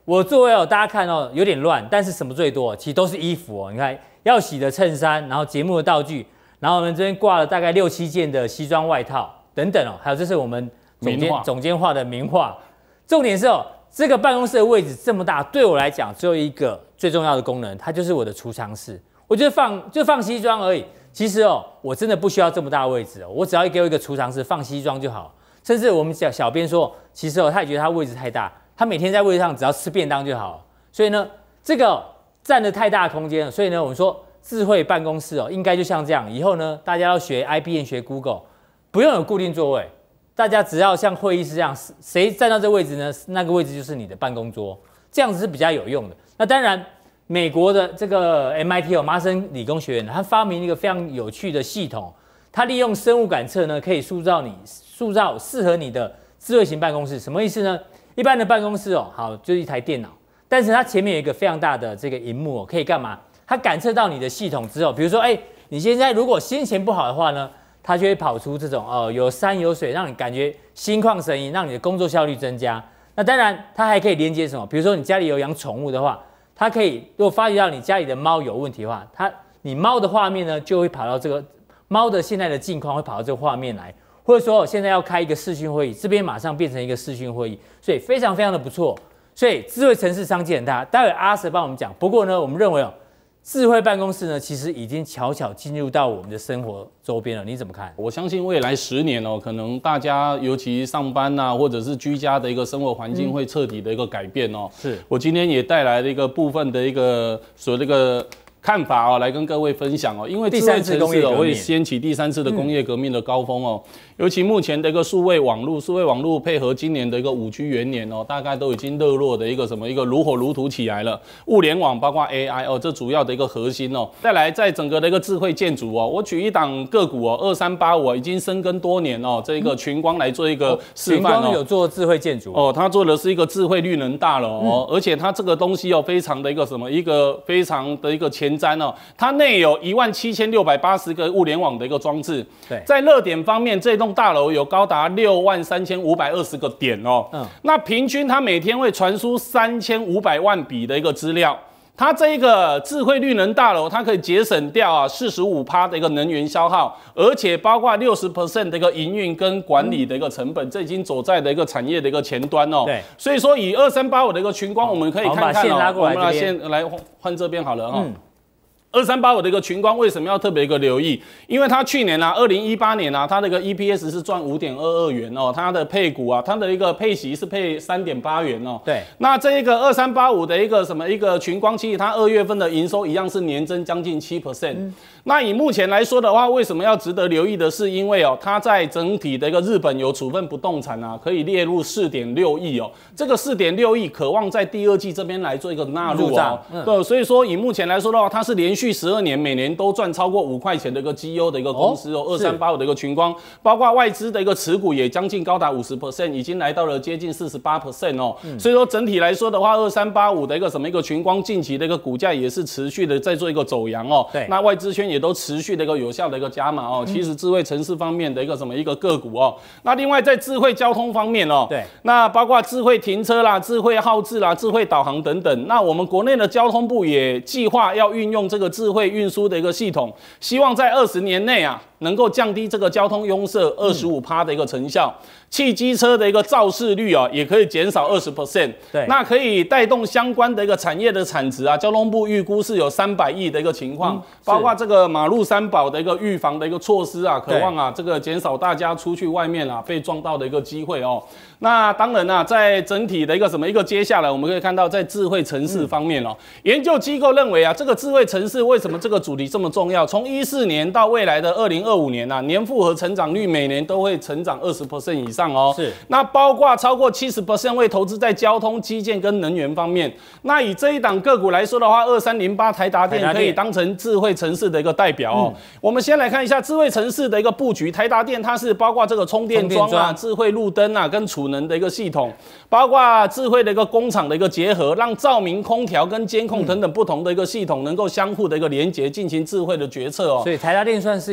我座位哦，大家看哦，有点乱，但是什么最多？其实都是衣服哦。你看要洗的衬衫，然后节目的道具，然后我们这边挂了大概六七件的西装外套等等哦，还有这是我们总监总监画的名画。重点是哦，这个办公室的位置这么大，对我来讲只有一个最重要的功能，它就是我的储藏室。我就放就放西装而已。其实哦，我真的不需要这么大的位置哦，我只要给我一个储藏室放西装就好。甚至我们小小编说，其实哦，他也觉得他位置太大，他每天在位置上只要吃便当就好了。所以呢，这个、哦、占了太大的空间了。所以呢，我们说智慧办公室哦，应该就像这样。以后呢，大家要学 I B M 学 Google， 不用有固定座位，大家只要像会议室这样，谁站到这位置呢？那个位置就是你的办公桌，这样子是比较有用的。那当然。美国的这个 M I T 哦，麻省理工学院，他发明了一个非常有趣的系统，它利用生物感测呢，可以塑造你塑造适合你的智慧型办公室。什么意思呢？一般的办公室哦，好就是一台电脑，但是它前面有一个非常大的这个萤幕哦，可以干嘛？它感测到你的系统之后，比如说，哎，你现在如果心情不好的话呢，它就会跑出这种哦有山有水，让你感觉心旷神怡，让你的工作效率增加。那当然，它还可以连接什么？比如说你家里有养宠物的话。它可以，如果发觉到你家里的猫有问题的话，它你猫的画面呢就会跑到这个猫的现在的近况会跑到这个画面来，或者说现在要开一个视讯会议，这边马上变成一个视讯会议，所以非常非常的不错。所以智慧城市商机很大，待会阿 Sir 帮我们讲。不过呢，我们认为哦，智慧办公室呢其实已经悄悄进入到我们的生活周边了，你怎么看？ 我相信未来十年哦，可能大家尤其上班啊，或者是居家的一个生活环境会彻底的一个改变哦。 是我今天也带来了一个部分的一个所谓的一个看法哦，来跟各位分享哦。因为智慧城市哦会掀起第三次的工业革命的高峰哦。嗯尤其目前的一个数位网络，数位网络配合今年的一个五 G 元年哦，大概都已经热络的一个什么一个如火如荼起来了。物联网包括 A I 哦，这主要的一个核心哦。再来，在整个的一个智慧建筑哦，我举一档个股哦，二三八五已经深耕多年哦，这个群光来做一个示范哦。群光有做智慧建筑哦，它做的是一个智慧绿能大楼哦，嗯、而且它这个东西哦，非常的一个什么一个非常的一个前瞻哦，它内有一万七千六百八十个物联网的一个装置。 对， 在热点方面，这栋大楼有高达六万三千五百二十个点哦，嗯，那平均它每天会传输三千五百万笔的一个资料。它这一个智慧绿能大楼，它可以节省掉啊四十五趴的一个能源消耗，而且包括六十 percent 的一个营运跟管理的一个成本，这已经走在的一个产业的一个前端哦。 对， 所以说以二三八五的一个群光，我们可以看看哦， 我们来先来换这边好了哦。嗯二三八五的一个群光为什么要特别一个留意？因为它去年啊，二零一八年啊，它的一个 E P S 是赚五点二二元哦，它的配股啊，它的一个配息是配三点八元哦。 对， 那这一个二三八五的一个什么一个群光，其实它二月份的营收一样是年增将近七 percent。嗯、那以目前来说的话，为什么要值得留意的是，因为哦，它在整体的一个日本有处分不动产啊，可以列入四点六亿哦。这个四点六亿渴望在第二季这边来做一个纳入哦。嗯、对，所以说以目前来说的话，它是连续十二年每年都赚超过五块钱的一个绩优的一个公司哦，二三八五的一个群光，包括外资的一个持股也将近高达五十 percent， 已经来到了接近四十八 percent 哦。嗯、所以说整体来说的话，二三八五的一个什么一个群光，近期的一个股价也是持续的在做一个走阳哦。 对， 那外资圈也都持续的一个有效的一个加码哦。嗯、其实智慧城市方面的一个什么一个个股哦，那另外在智慧交通方面哦， 对， 那包括智慧停车啦、智慧号志啦、智慧导航等等，那我们国内的交通部也计划要运用这个智慧运输的一个系统。希望在二十年内啊，能够降低这个交通拥塞二十五趴的一个成效。嗯汽机车的一个肇事率啊，也可以减少二十 percent， 对， 那可以带动相关的一个产业的产值啊。交通部预估是有三百亿的一个情况，嗯、包括这个马路三宝的一个预防的一个措施啊，渴望啊这个减少大家出去外面啊被撞到的一个机会哦。那当然啊，在整体的一个什么一个接下来，我们可以看到在智慧城市方面哦，嗯、研究机构认为啊，这个智慧城市为什么这个主题这么重要？从一四年到未来的二零二五年啊，年复合成长率每年都会成长二十 percent 以上。哦， 是， 那包括超过 百分之七十 会投资在交通基建跟能源方面。那以这一档个股来说的话，二三零八台达电可以当成智慧城市的一个代表哦。嗯、我们先来看一下智慧城市的一个布局，台达电它是包括这个充电桩啊、智慧路灯啊跟储能的一个系统，包括智慧的一个工厂的一个结合，让照明、空调跟监控等等不同的一个系统能够相互的一个连结，进行智慧的决策哦。 所以台达电算是一个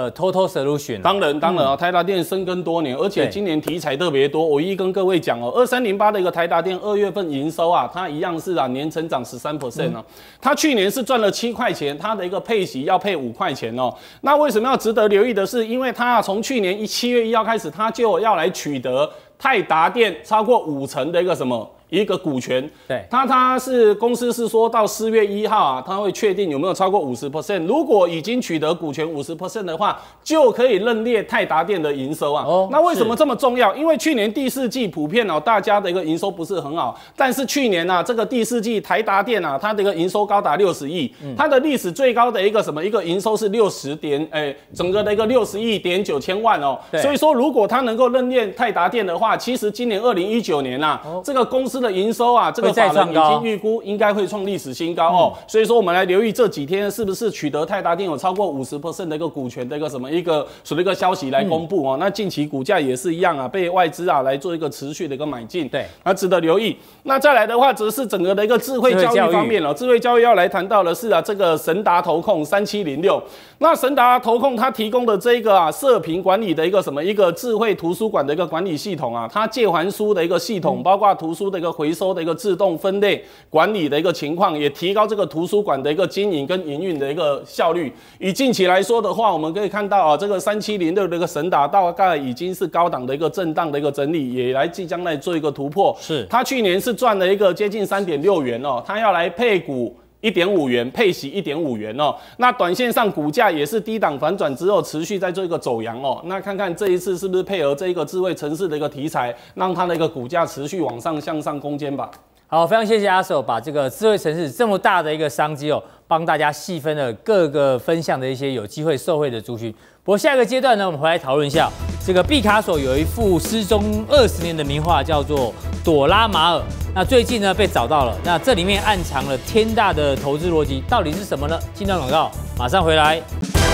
个 Total Solution。 当然，当然啊，台达电深耕多年，而且今年题材特别多。我一一跟各位讲哦，二三零八的一个台达电二月份营收啊，它一样是啊年成长十三 percent 哦。它去年是赚了七块钱，它的一个配息要配五块钱哦。那为什么要值得留意的是，因为它啊从去年一七月一号开始，它就要来取得泰达电超过五成的一个什么？一个股权， 对， 它它是公司是说到四月一号啊，它会确定有没有超过五十 percent， 如果已经取得股权五十 percent 的话，就可以认列泰达电的营收啊。哦，那为什么这么重要？因为去年第四季普遍哦，大家的一个营收不是很好，但是去年啊，这个第四季台达电啊，它的一个营收高达六十亿，嗯，它的历史最高的一个什么一个营收是六十点，哎，整个的一个六十亿点九千万哦。所以说，如果它能够认列泰达电的话，其实今年二零一九年啊，哦，这个公司的营收啊，这个法人已经预估应该会创历史新高哦，嗯，所以说我们来留意这几天是不是取得泰达电有超过五十 percent 的一个股权的一个什么一个属于一个消息来公布哦。嗯，那近期股价也是一样啊，被外资啊来做一个持续的一个买进， 对， 那值得留意。那再来的话，则是整个的一个智慧教育方面了。智慧教育要来谈到的是啊，这个神达投控三七零六。那神达投控它提供的这一个啊射频管理的一个什么一个智慧图书馆的一个管理系统啊，它借还书的一个系统，嗯，包括图书的一个回收的一个自动分类管理的一个情况，也提高这个图书馆的一个经营跟营运的一个效率。以近期来说的话，我们可以看到啊，这个三七零六的一个神达大概已经是高档的一个震荡的一个整理，也来即将来做一个突破。 是， 它去年是赚了一个接近三点六元哦，它要来配股一点五元，配息一点五元哦。那短线上股价也是低档反转之后，持续在做一个走阳哦。那看看这一次是不是配合这一个智慧城市的一个题材，让它的一个股价持续往上向上攻坚吧。 好，非常谢谢阿手把这个智慧城市这么大的一个商机哦，帮大家细分了各个分项的一些有机会受惠的族群。不过下一个阶段呢，我们回来讨论一下这个毕卡索有一幅失踪二十年的名画，叫做《朵拉马尔》。那最近呢被找到了，那这里面暗藏了天大的投资逻辑，到底是什么呢？进段广告，马上回来。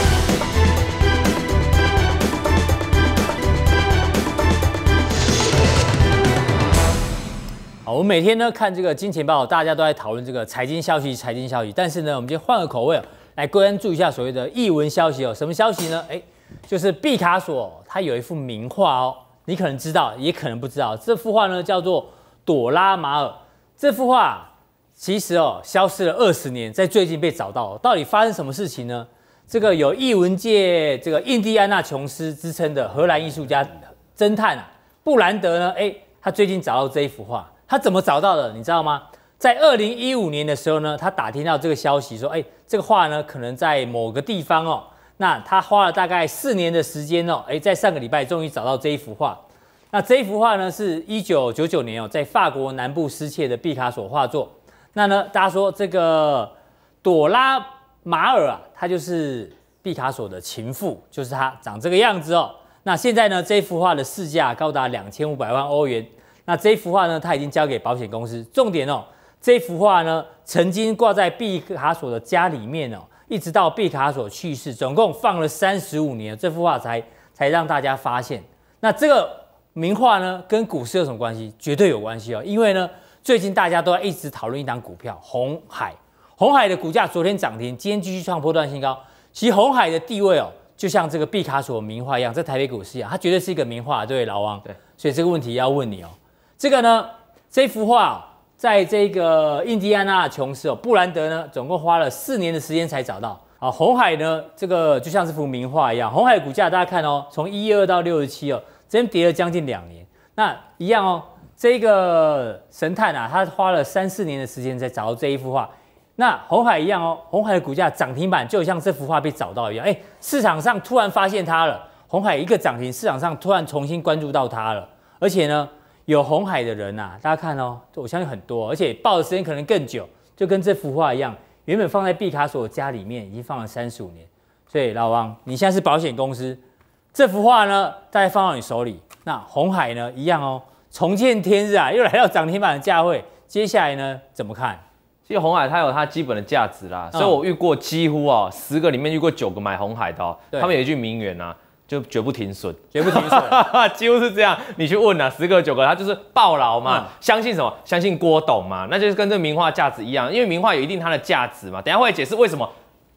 好，我们每天呢看这个金钱报，大家都在讨论这个财经消息、财经消息。但是呢，我们今天换个口味，来关注一下所谓的艺文消息哦。什么消息呢？哎，就是毕卡索他有一幅名画哦，你可能知道，也可能不知道。这幅画呢叫做《朵拉马尔》。这幅画其实哦消失了二十年，在最近被找到。到底发生什么事情呢？这个有艺文界这个印第安纳琼斯之称的荷兰艺术家侦探啊布兰德呢，哎，他最近找到这一幅画。他怎么找到的？你知道吗？在二零一五年的时候呢，他打听到这个消息，说，哎，这个画呢可能在某个地方哦。那他花了大概四年的时间哦，哎，在上个礼拜终于找到这一幅画。那这一幅画呢，是一九九九年哦，在法国南部失窃的毕卡索画作。那呢，大家说这个朵拉马尔啊，她就是毕卡索的情妇，就是她长这个样子哦。那现在呢，这幅画的市价高达两千五百万欧元。那这幅画呢，他已经交给保险公司。重点哦，这幅画呢，曾经挂在毕卡索的家里面哦，一直到毕卡索去世，总共放了三十五年，这幅画才才让大家发现。那这个名画呢，跟股市有什么关系？绝对有关系哦，因为呢，最近大家都在一直讨论一档股票鸿海，鸿海的股价昨天涨停，今天继续创波段新高。其实鸿海的地位哦，就像这个毕卡索名画一样，在台北股市一样，它绝对是一个名画，对老王。对，所以这个问题要问你哦。这个呢，这幅画、哦、在这个印第安纳琼斯哦，布兰德呢，总共花了四年的时间才找到。啊，鸿海呢，这个就像这幅名画一样，鸿海股价大家看哦，从一二到六十七哦，这边跌了将近两年。那一样哦，这个神探啊，他花了三四年的时间才找到这一幅画。那鸿海一样哦，鸿海的股价涨停板就像这幅画被找到一样，哎，市场上突然发现它了，鸿海一个涨停，市场上突然重新关注到它了，而且呢。有鸿海的人啊，大家看哦，我相信很多，而且抱的时间可能更久，就跟这幅画一样，原本放在毕卡索家里面，已经放了三十五年。所以老王，你现在是保险公司，这幅画呢，大概放到你手里，那鸿海呢一样哦，重见天日啊，又来到涨停板的价位，接下来呢怎么看？ 其实鸿海它有它基本的价值啦，嗯、所以我遇过几乎哦十个里面遇过九个买鸿海的哦，他们有一句名言啊。就绝不停损， 绝不停损， 几乎是这样。你去问啊，十个九个，他就是抱牢嘛，嗯、相信什么？相信郭董嘛，那就是跟这名画价值一样，因为名画有一定它的价值嘛。等一下会解释为什么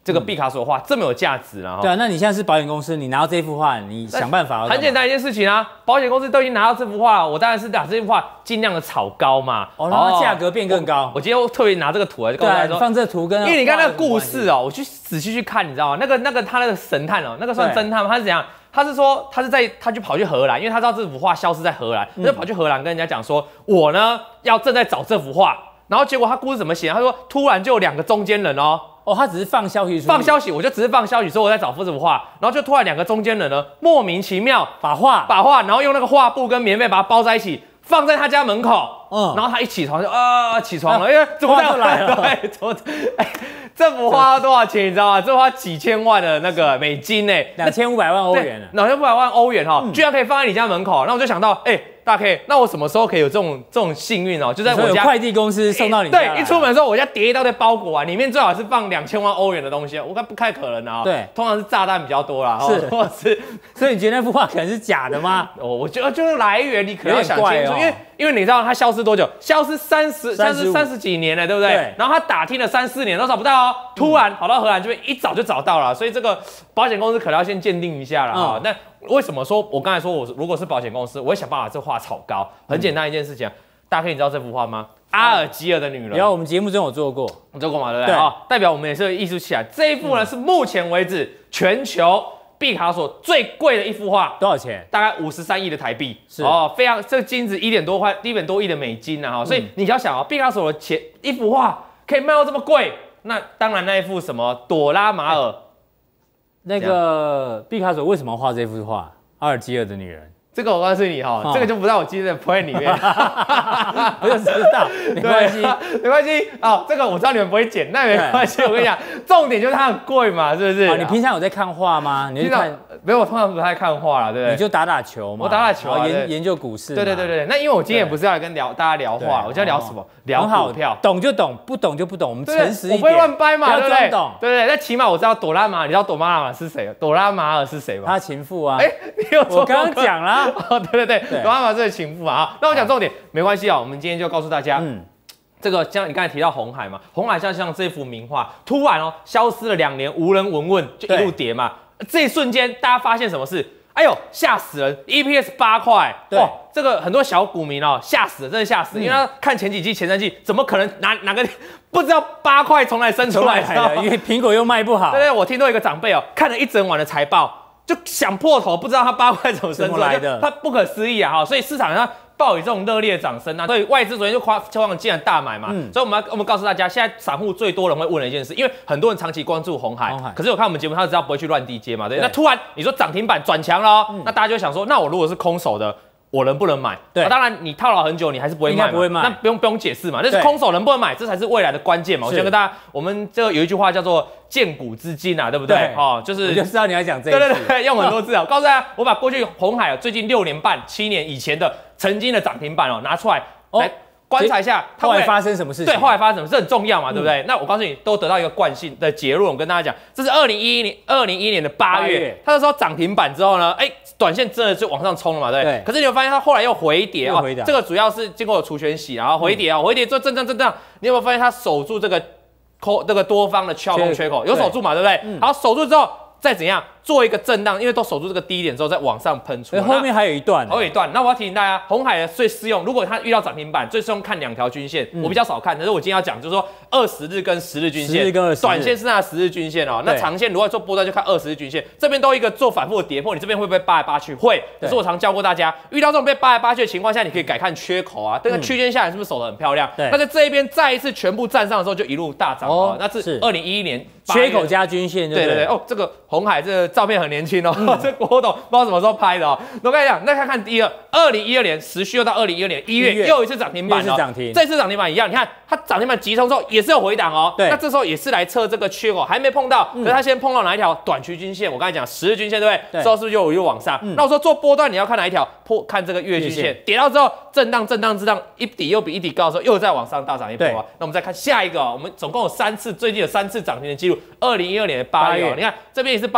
这个毕卡索画这么有价值了。 对啊，那你现在是保险公司，你拿到这幅画，你想办法。 很简单一件事情啊，保险公司都已经拿到这幅画，我当然是把这幅画尽量的炒高嘛， 哦，让它价格变更高。 我, 我今天特别拿这个图来告诉大家说， 放这图跟， 因为你看那个故事哦，我去仔细去看，你知道吗？那个那个他那个神探哦，那个算侦探吗？他是怎样？他是说他是在他就跑去荷兰，因为他知道这幅画消失在荷兰，他就跑去荷兰跟人家讲说，我呢要正在找这幅画。然后结果他故事怎么写？他说突然就有两个中间人哦， 哦，他只是放消息出去， 放消息，我就只是放消息说我在找这幅画，然后就突然两个中间人呢莫名其妙把画把画，然后用那个画布跟棉被把它包在一起，放在他家门口，嗯，然后他一起床就啊起床了，哎、啊，怎么这样来了？对，怎么？哎，这幅画要多少钱？你知道吗？这幅画几千万的那个美金呢， 两千五百万欧元呢， 两千五百万欧元哈、哦，嗯、居然可以放在你家门口，那我就想到，哎、欸。大 K， 那我什么时候可以有这种这种幸运哦？就在我家快递公司送到你家。 对，一出门的时候，我家叠一大堆包裹啊，里面最好是放两千万欧元的东西，我看不太可能啊。 对， 通常是炸弹比较多啦。 是， 或者是， 所以你觉得那幅画可能是假的吗？ 我我觉得就是来源，你可能要想清楚， 哦、 因为因为你知道它消失多久？消失三十，消失三十几年了，对不对？对。然后他打听了三四年都找不到哦，突然跑到荷兰这边一找就找到了，所以这个保险公司可能要先鉴定一下了啊。那、嗯。为什么说我刚才说我如果是保险公司，我会想办法把这画炒高？很简单一件事情、啊，大家可以知道这幅画吗？阿尔及尔的女人。 然后我们节目中有做过， 你做过嘛？对不对？啊、哦，代表我们也是艺术起来。这一幅呢、嗯、是目前为止全球毕卡索最贵的一幅画， 多少钱？ 大概五十三亿的台币。 是哦，非常这个金子一点多块，一点多亿的美金啊！哈、嗯，所以你要想啊、哦，毕卡索的钱一幅画可以卖到这么贵，那当然那一幅什么朵拉马尔， 那个毕卡索为什么画这幅画？阿尔及尔的女人， 这个我告诉你哈、哦，哦、这个就不在我今天的 plan 里面， 我就知道，没关系， 没关系哦，这个我知道你们不会剪，那没关系。我跟你讲，重点就是它很贵嘛，是不是？ 啊，你平常有在看画吗？你去看？ 没有，我通常不太看画啦，对不对？ 你就打打球嘛， 我打打球啊， 研研究股市。 对对对对，那因为我今天也不是要跟聊大家聊画，我就要聊什么？聊股票， 懂就懂，不懂就不懂，我们诚实一点， 我不会乱掰嘛，对不对？ 懂， 对对，那起码我知道朵拉玛，你知道朵拉玛是谁？朵拉马尔是谁吗？ 他情妇啊。 哎，你有我刚刚讲了。 哦，对对对，朵拉玛是情妇啊。那我讲重点，没关系啊，我们今天就告诉大家，嗯。这个像你刚才提到红海嘛，红海像像这幅名画，突然哦消失了两年，无人闻问，就一路跌嘛。这一瞬间，大家发现什么事？哎呦，吓死人 ！E P S 八块，哇，这个很多小股民哦，吓死了，真的吓死了，嗯、因为他看前几季、前三季，怎么可能哪哪个不知道八块从哪里生出来的？ 因为苹果又卖不好。 对对，我听到一个长辈哦，看了一整晚的财报，就想破头，不知道他八块怎么生出来的，他不可思议啊！哈，所以市场上报以这种热烈的掌声啊，所以外资昨天就夸希望既然大买嘛，嗯、所以我们要我们告诉大家，现在散户最多人会问的一件事，因为很多人长期关注红海，红海可是我看我们节目，他知道不会去乱低接嘛，对，对那突然你说涨停板转强了、哦，嗯、那大家就想说，那我如果是空手的。我能不能买？对、啊，当然你套牢很久，你还是不会卖嘛， 不会卖， 那不用不用解释嘛，那是空手能不能买，这才是未来的关键嘛。我先跟大家，我们这个有一句话叫做“见古知今”啊，对不对？对哦，就是我就知道你要讲这个， 对对对，用很多字啊。告诉大家，我把过去红海最近六年半、七年以前的曾经的涨停板哦拿出来来。哦观察一下， 它后来发生什么事情？ 对，后来发生什么？这很重要嘛，对不对？嗯、那我告诉你，都得到一个惯性的结论。我跟大家讲，这是二零一一年，二零一一年的八月，它那时候涨停板之后呢，哎、欸，短线真的就往上冲了嘛，对。对可是你会发现，它后来又回跌啊、哦，这个主要是经过除权洗，然后回跌啊，嗯、回跌之后震荡震荡，你有没有发现它守住这个扣这个多方的撬空缺口？有守住嘛，对不对？嗯、好，守住之后。再怎样做一个震荡，因为都守住这个低点之后，再往上喷出。 后面还有一段， 还有一段。那我要提醒大家，红海的最适用，如果它遇到涨停板，最适用看两条均线。嗯、我比较少看，但是我今天要讲，就是说二十日跟十日均线， 日跟二十日短线是那十日均线哦。那长线如果做波段，就看二十日均线。这边都一个做反复的跌破，你这边会不会扒来扒去？会。可是我常教过大家，遇到这种被扒来扒去的情况下，你可以改看缺口啊。这个区间下来是不是守得很漂亮？对。那在这一边再一次全部站上的时候，就一路大涨哦。那是二零一一年缺口加均线， 对对对。哦，这个红海这个照片很年轻哦，嗯、这郭董不知道什么时候拍的哦。我跟你讲，那看看第二，二零一二年持续又到二零一二年一月又一次涨停板哦， 涨停， 这次涨停板一样，你看它涨停板急冲之后也是有回档哦。对，那这时候也是来测这个缺口，还没碰到，可是它先碰到哪一条短区均线？我刚才讲十日均线，对不对？之后是不是又又往上？嗯、那我说做波段你要看哪一条？破看这个月均线，跌到之后震荡震荡震荡，一底又比一底高的时候，又再往上大涨一波啊。那我们再看下一个哦，我们总共有三次，最近有三次涨停的记录。二零一二年的八月，你看这边也是八月一样。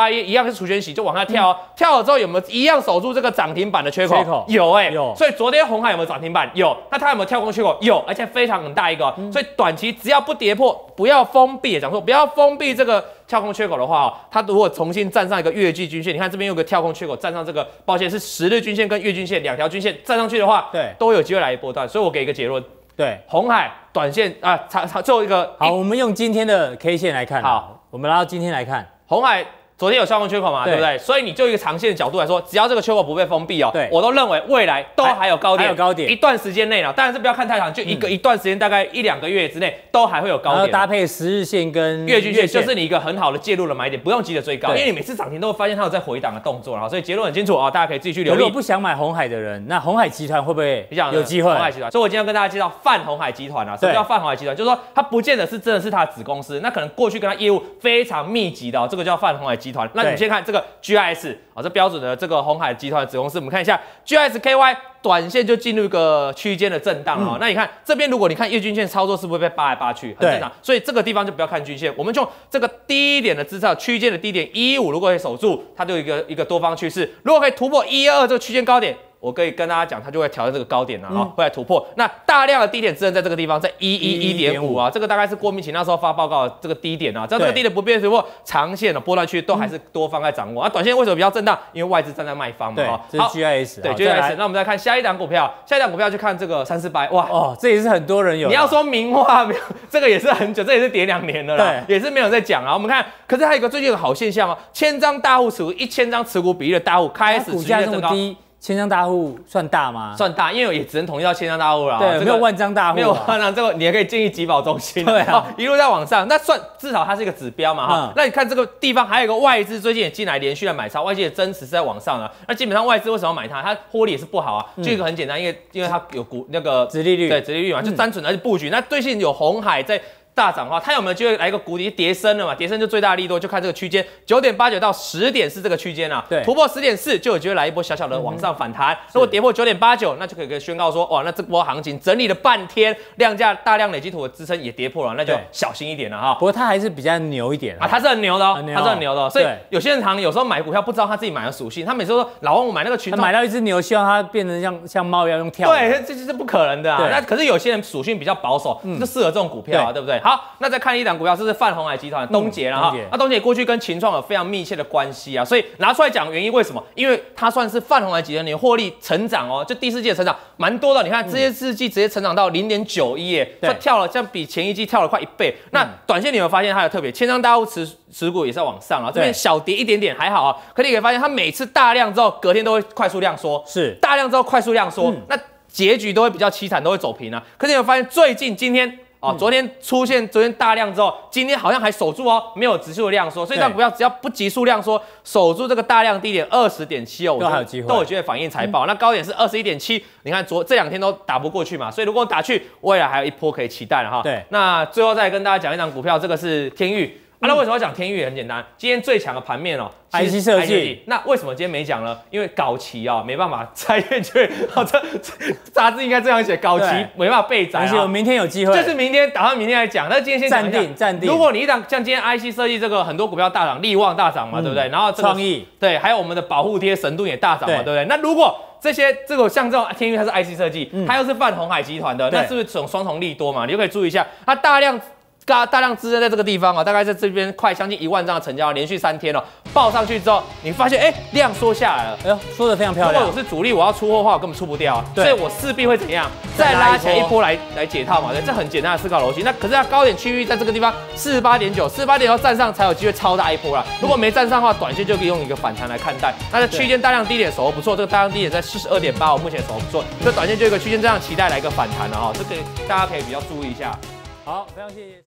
样是除权息就往下跳、哦，嗯、跳了之后有没有一样守住这个涨停板的缺口？缺口有哎、欸，有。所以昨天鸿海有没有涨停板？有。那它有没有跳空缺口？有，而且非常很大一个、哦。嗯、所以短期只要不跌破，不要封闭，讲说不要封闭这个跳空缺口的话、哦，它如果重新站上一个月季均线，你看这边有个跳空缺口，站上这个，抱歉是十日均线跟月均线两条均线站上去的话，对，都有机会来一波段。所以我给一个结论。对，鸿海短线啊，长长最后一个好，我们用今天的 K 线来看。好，我们拉到今天来看， 鸿海昨天有跳空缺口嘛， 对, 对不对？所以你就一个长线的角度来说，只要这个缺口不被封闭哦，对，我都认为未来都还有高点，还有高点，一段时间内呢，当然是不要看太长，就一个、嗯、一段时间，大概一两个月之内都还会有高点，然后搭配十日线跟月均线，就是你一个很好的介入的买点，不用急着追高，因为你每次涨停都会发现它有在回档的动作了，所以结论很清楚啊、哦，大家可以自己去留意。 如果不想买鸿海的人，那鸿海集团会不会有机会？ 鸿海集团，所以我今天要跟大家介绍泛鸿海集团啊，什么叫泛鸿海集团？就是说它不见得是真的是它的子公司，那可能过去跟它业务非常密集的、哦，这个叫泛鸿海集团。那你先看。这个 G I S 啊，这标准的这个鸿海集团的子公司，我们看一下 G I S K Y 短线就进入一个区间的震荡啊、嗯。那你看这边，如果你看月均线操作，是不是被扒来扒去，很正常。所以这个地方就不要看均线，我们就这个低点的支撑区间的低点一一五，如果可以守住，它就有一个一个多方趋势。如果可以突破一一二这个区间高点，我可以跟大家讲，它就会挑战这个高点了哈、嗯，会来突破。那大量的低点支撑在这个地方，在一一一点五啊，这个大概是郭明錤那时候发报告的这个低点啊。只要这个低点不变突破，长线的波段区都还是多方在掌握。嗯、啊，短线为什么比较震荡？因为外资站在卖方嘛。 对，这是 G I S。 对 ，G I S。那我们再看下一档股票，下一档股票去看这个三四八，哇哦，这也是很多人有。 你要说名话没有？这个也是很久，这也是跌两年了啦，也是没有在讲啊。我们看，可是还有一个最近有个好现象哦，千张大户持股，一千张持股比例的大户开始持续在增高。 千张大户算大吗？ 算大，因为也只能统一到千张大户了。 对，没有万张大户、啊， 没有万张，这个你也可以建议集保中心。 对啊、哦， 一路在往上，那算至少它是一个指标嘛哈、嗯。那你看这个地方还有一个外资最近也进来连续的买超，外界的增持是在往上了。那基本上外资为什么要买它？它获利也是不好啊。就一个很简单，因为因为它有股那个殖利率， 对殖利率嘛，就单纯的是布局。嗯、那最近有鸿海在大涨的话，它有没有机会来一个谷底跌升了嘛？跌升就最大的利多，就看这个区间九点八九到十点是这个区间啊。对，突破十点四就有机会来一波小小的往上反弹。嗯、如果跌破九点八九，那就可以宣告说，哇，那这波行情整理了半天，量价大量累积图的支撑也跌破了，那就小心一点了哈。 不过它还是比较牛一点啊， 它是很牛的哦，它是很牛的、哦。所以有些人常有时候买股票不知道他自己买的属性，他每次说老王我买那个群， 他买到一只牛，希望它变成像像猫一样用跳。 对，这这是不可能的啊。那可是有些人属性比较保守，嗯、就适合这种股票啊，对不对？好，那再看一档股票，这是泛鸿海集团东捷了哈。那东捷过去跟群创有非常密切的关系啊，所以拿出来讲原因为什么？因为它算是泛鸿海集团的获利成长哦，就第四季的成长蛮多的。你看这些四季直接成长到零点九一耶，它跳了，像比前一季跳了快一倍。那短线你有没有发现它有特别？千张大户持持股也是在往上啊，这边小跌一点点还好啊。可你可以发现它每次大量之后，隔天都会快速量缩，是大量之后快速量缩，嗯、那结局都会比较凄惨，都会走平啊。可是你有发现最近今天？哦，昨天出现昨天大量之后，今天好像还守住哦，没有指数的量缩，所以这股票只要不急速量缩，守住这个大量低点二十点七哦， 都还有机会， 都有机会反映财报。嗯、那高点是二十一点七，你看昨这两天都打不过去嘛，所以如果打去，未来还有一波可以期待了哈。对，那最后再跟大家讲一档股票，这个是天钰。啊、那为什么要讲天钰？很简单，今天最强的盘面哦 ，I C 设计。 那为什么今天没讲呢？因为搞期啊、哦，没办法拆进去。哦，这杂志应该这样写，搞期没办法备载。 而且我明天有机会， 就是明天打算明天来讲。那今天先暂定暂定。 如果你一档像今天 I C 设计这个很多股票大涨，力旺大涨嘛，嗯、对不对？然后、这个、 创意对，还有我们的保护贴神盾也大涨嘛，对不对？那如果这些这个像这种天钰它是 I C 设计，嗯、它又是泛鸿海集团的，那是不是这种双重利多嘛？你就可以注意一下，它大量。大大量支撑在这个地方啊，大概在这边快将近一万张的成交，连续三天哦，爆上去之后，你发现哎、欸、量缩下来了， 哎呦缩得非常漂亮。 如果我是主力，我要出货的话，我根本出不掉啊，所以我势必会怎样？再拉起来一波来来解套嘛，对，这很简单的思考逻辑。那可是它高点区域在这个地方四十八点九，四十八点九站上才有机会超大一波啦。如果没站上的话，短线就可以用一个反弹来看待。那在区间大量低点守得不错，这个大量低点在四十二点八，我目前守得不错，这短线就一个区间这样期待来一个反弹了哈，这个大家可以比较注意一下。 好，非常谢谢。